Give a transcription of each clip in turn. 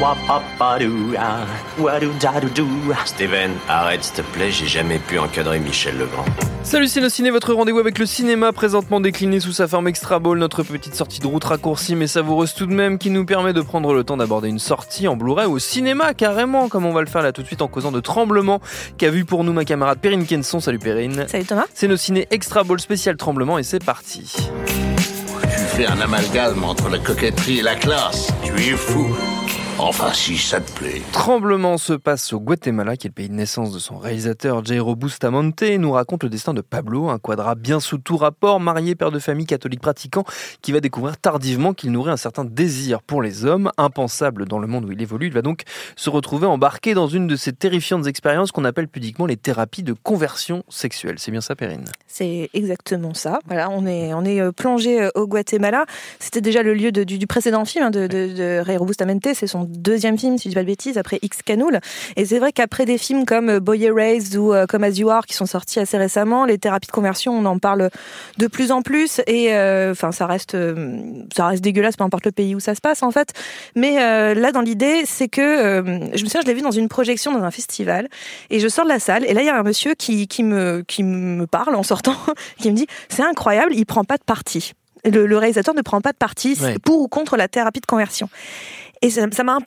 Steven, arrête s'il te plaît, j'ai jamais pu encadrer Michel Legrand. Salut Ciné, votre rendez-vous avec le cinéma présentement décliné sous sa forme extra ball, notre petite sortie de route raccourcie mais savoureuse tout de même qui nous permet de prendre le temps d'aborder une sortie en Blu-ray au cinéma carrément, comme on va le faire là tout de suite en causant de Tremblement qu'a vu pour nous ma camarade Perrine Kenson. Salut Perrine. Salut Thomas. C'est nos ciné extra ball spécial Tremblement et c'est parti. Tu fais un amalgame entre la coquetterie et la classe. Tu es fou. Enfin, si ça te plaît. Tremblement se passe au Guatemala, qui est le pays de naissance de son réalisateur Jairo Bustamante, et nous raconte le destin de Pablo, un quadra bien sous tout rapport, marié, père de famille, catholique pratiquant, qui va découvrir tardivement qu'il nourrit un certain désir pour les hommes, impensable dans le monde où il évolue. Il va donc se retrouver embarqué dans une de ces terrifiantes expériences qu'on appelle pudiquement les thérapies de conversion sexuelle. C'est bien ça, Perrine ? C'est exactement ça. Voilà, on est plongé au Guatemala. C'était déjà le lieu du précédent film de Jairo Bustamante. C'est son deuxième film, si je dis pas de bêtises, après Ixcanul. Et c'est vrai qu'après des films comme Boy Erased ou Come As You Are qui sont sortis assez récemment, les thérapies de conversion, on en parle de plus en plus. Et ça reste dégueulasse, peu importe le pays où ça se passe en fait. Mais là, dans l'idée, c'est que je me souviens, je l'ai vu dans une projection dans un festival, et je sors de la salle, et là il y a un monsieur qui me parle en sortant, qui me dit c'est incroyable, il prend pas de parti. Le réalisateur ne prend pas de parti pour ou contre la thérapie de conversion. Et ça m'a un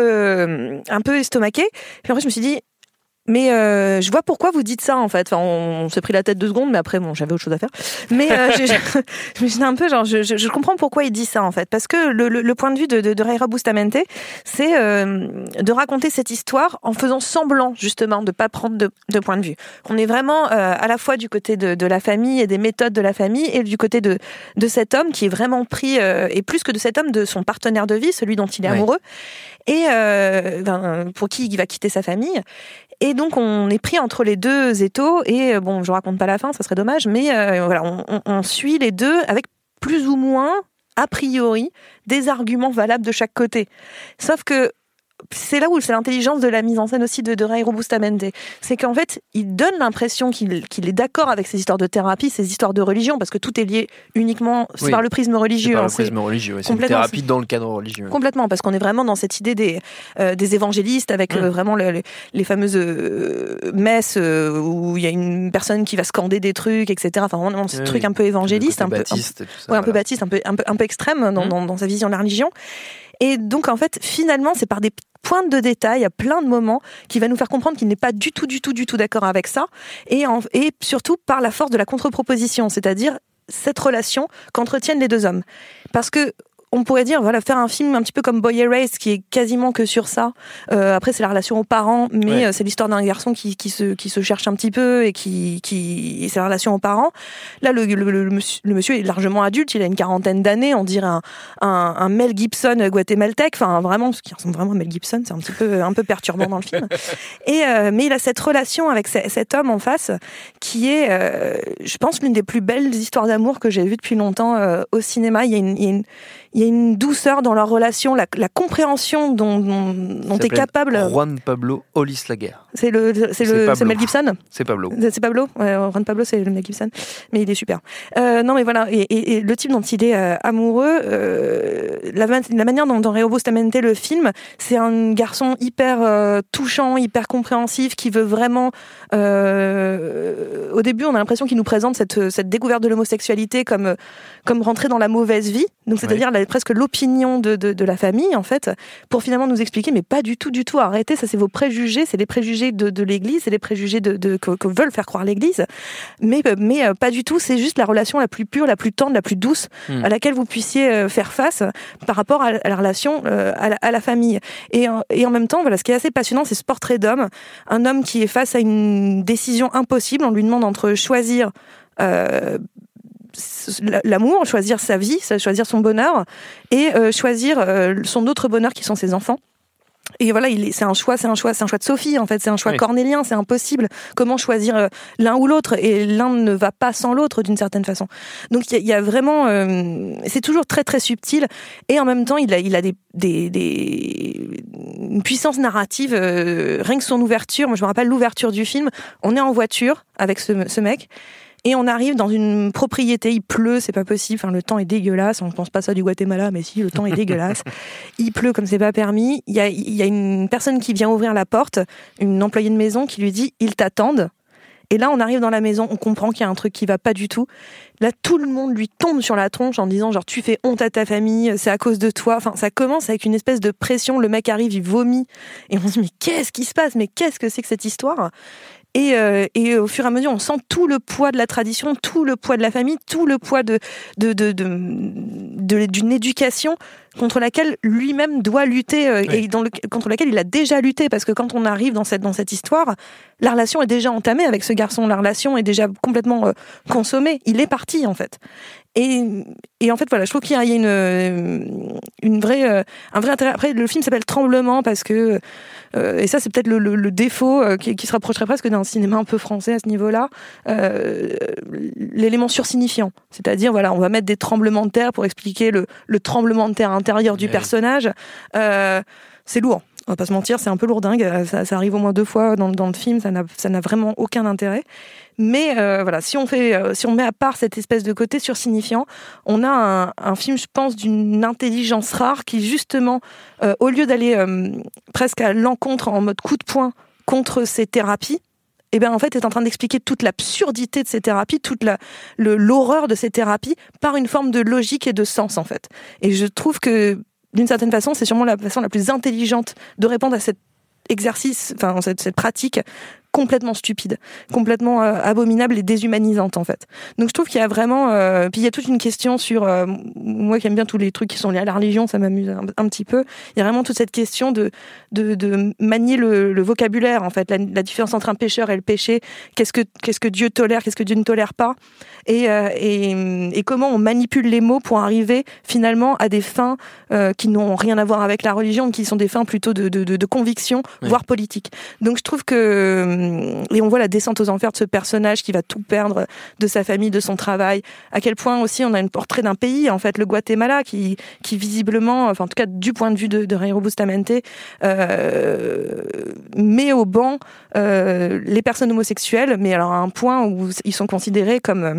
peu estomaqué. Puis après, je me suis dit, mais je vois pourquoi vous dites ça en fait. Enfin, on s'est pris la tête 2 secondes, mais après, bon, j'avais autre chose à faire. Mais je me suis dit un peu, genre, je comprends pourquoi il dit ça en fait, parce que le point de vue de Jairo Bustamante, c'est de raconter cette histoire en faisant semblant justement de pas prendre de point de vue. On est vraiment à la fois du côté de la famille et des méthodes de la famille, et du côté de cet homme qui est vraiment pris, et plus que de cet homme, de son partenaire de vie, celui dont il est amoureux, et pour qui il va quitter sa famille. Et donc on est pris entre les deux étaux, et bon, je raconte pas la fin, ça serait dommage, mais voilà, on suit les deux avec plus ou moins, a priori, des arguments valables de chaque côté. Sauf que c'est là où c'est l'intelligence de la mise en scène aussi de Jairo Bustamante. C'est qu'en fait, il donne l'impression qu'il est d'accord avec ces histoires de thérapie, ces histoires de religion, parce que tout est lié uniquement par le prisme religieux. C'est par le prisme religieux, c'est une thérapie dans le cadre religieux. Complètement, parce qu'on est vraiment dans cette idée des évangélistes, avec vraiment les fameuses messes où il y a une personne qui va scander des trucs, etc. Enfin, vraiment ce truc un peu évangéliste, un peu baptiste, un peu extrême dans sa vision de la religion. Et donc, en fait, finalement, c'est par des pointes de détail, à plein de moments, qui va nous faire comprendre qu'il n'est pas du tout d'accord avec ça. Et surtout par la force de la contre-proposition, c'est-à-dire cette relation qu'entretiennent les deux hommes. Parce que on pourrait dire, voilà, faire un film un petit peu comme Boy Erased, qui est quasiment que sur ça. Après, c'est la relation aux parents, mais c'est l'histoire d'un garçon qui se cherche un petit peu, et et c'est la relation aux parents. Là, le monsieur est largement adulte, il a une 40aine d'années, on dirait un Mel Gibson guatémaltèque, enfin vraiment, ce qui ressemble vraiment à Mel Gibson, c'est un peu perturbant dans le film. Mais il a cette relation avec cet homme en face, qui est, je pense, l'une des plus belles histoires d'amour que j'ai vues depuis longtemps au cinéma. Il y a une douceur dans leur relation, la compréhension dont est capable. Juan Pablo Olisláger. C'est Mel Gibson. C'est Pablo. C'est Pablo. Juan Pablo, c'est le Mel Gibson, mais il est super. Non, mais voilà, et le type dont il est amoureux, la manière dont Jairo Bustamante le film, c'est un garçon hyper touchant, hyper compréhensif, qui veut vraiment. Au début, on a l'impression qu'il nous présente cette découverte de l'homosexualité comme rentrer dans la mauvaise vie. Donc, c'est-à-dire presque l'opinion de la famille, en fait, pour finalement nous expliquer, mais pas du tout, arrêtez, ça c'est vos préjugés, c'est les préjugés de l'Église, c'est les préjugés que veulent faire croire l'Église, mais pas du tout, c'est juste la relation la plus pure, la plus tendre, la plus douce, à laquelle vous puissiez faire face par rapport à la relation à la famille. Et en même temps, voilà, ce qui est assez passionnant, c'est ce portrait d'homme, un homme qui est face à une décision impossible, on lui demande entre choisir l'amour, choisir sa vie, choisir son bonheur, et choisir son autre bonheur qui sont ses enfants. Et voilà, c'est un choix de Sophie, en fait, c'est un choix cornélien, c'est impossible. Comment choisir l'un ou l'autre? Et l'un ne va pas sans l'autre, d'une certaine façon. Donc il y a vraiment, c'est toujours très très subtil, et en même temps il a une puissance narrative. Rien que son ouverture, moi je me rappelle l'ouverture du film, on est en voiture avec ce mec. Et on arrive dans une propriété, il pleut, c'est pas possible, enfin, le temps est dégueulasse, on pense pas ça du Guatemala, mais si, le temps est dégueulasse. Il pleut comme c'est pas permis. Il y a une personne qui vient ouvrir la porte, une employée de maison qui lui dit « Ils t'attendent ». Et là, on arrive dans la maison, on comprend qu'il y a un truc qui va pas du tout. Là, tout le monde lui tombe sur la tronche en disant genre tu fais honte à ta famille, c'est à cause de toi. Enfin, ça commence avec une espèce de pression. Le mec arrive, il vomit, et on se dit mais qu'est-ce qui se passe ? Mais qu'est-ce que c'est que cette histoire ? Et au fur et à mesure, on sent tout le poids de la tradition, tout le poids de la famille, tout le poids d'une éducation contre laquelle lui-même doit lutter et contre laquelle il a déjà lutté, parce que quand on arrive dans cette histoire, la relation est déjà entamée avec ce garçon, la relation est déjà complètement consommée, il est parti en fait. Et en fait voilà, je trouve qu'il y a un vrai intérêt. Après, le film s'appelle Tremblement parce que et ça c'est peut-être le défaut qui se rapprocherait presque d'un cinéma un peu français à ce niveau-là, l'élément sursignifiant, c'est-à-dire voilà, on va mettre des tremblements de terre pour expliquer le tremblement de terre intérieur du personnage. C'est lourd, on va pas se mentir, c'est un peu lourdingue, ça arrive au moins 2 fois dans le film, ça n'a vraiment aucun intérêt. Mais voilà, si on met à part cette espèce de côté sursignifiant, on a un film, je pense, d'une intelligence rare qui justement, au lieu d'aller presque à l'encontre en mode coup de poing contre ces thérapies, et bien en fait est en train d'expliquer toute l'absurdité de ces thérapies, toute l'horreur de ces thérapies par une forme de logique et de sens en fait. Et je trouve que d'une certaine façon, c'est sûrement la façon la plus intelligente de répondre à cet exercice, enfin cette pratique complètement stupide, complètement abominable et déshumanisante en fait. Donc je trouve qu'il y a vraiment puis il y a toute une question sur moi qui aime bien tous les trucs qui sont liés à la religion, ça m'amuse un petit peu. Il y a vraiment toute cette question de manier le vocabulaire en fait, la différence entre un pécheur et le péché, qu'est-ce que Dieu tolère, qu'est-ce que Dieu ne tolère pas, et comment on manipule les mots pour arriver finalement à des fins qui n'ont rien à voir avec la religion, qui sont des fins plutôt de conviction, voire politique. Donc je trouve que et on voit la descente aux enfers de ce personnage qui va tout perdre, de sa famille, de son travail. À quel point aussi on a un portrait d'un pays, en fait, le Guatemala, qui visiblement, enfin en tout cas du point de vue de Jairo Bustamante, met au banc les personnes homosexuelles, mais alors à un point où ils sont considérés comme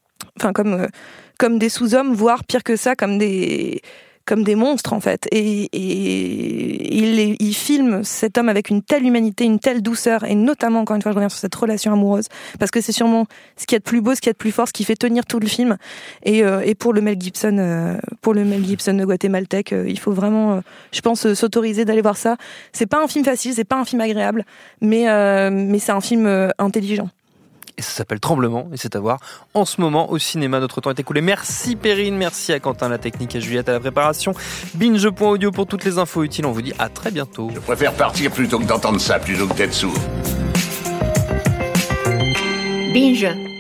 des sous-hommes, voire pire que ça, comme des monstres en fait, et il filme cet homme avec une telle humanité, une telle douceur, et notamment encore une fois je reviens sur cette relation amoureuse, parce que c'est sûrement ce qu'il y a de plus beau, ce qu'il y a de plus fort, ce qui fait tenir tout le film. Et pour le Mel Gibson guatémaltèque, il faut vraiment, je pense, s'autoriser d'aller voir ça. C'est pas un film facile, c'est pas un film agréable, mais c'est un film intelligent. Et ça s'appelle Tremblement, et c'est à voir en ce moment au cinéma. Notre temps est écoulé. Merci Perrine, merci à Quentin la technique, à Juliette à la préparation. Binge.audio pour toutes les infos utiles. On vous dit à très bientôt. Je préfère partir plutôt que d'entendre ça, plutôt que d'être sourd. Binge.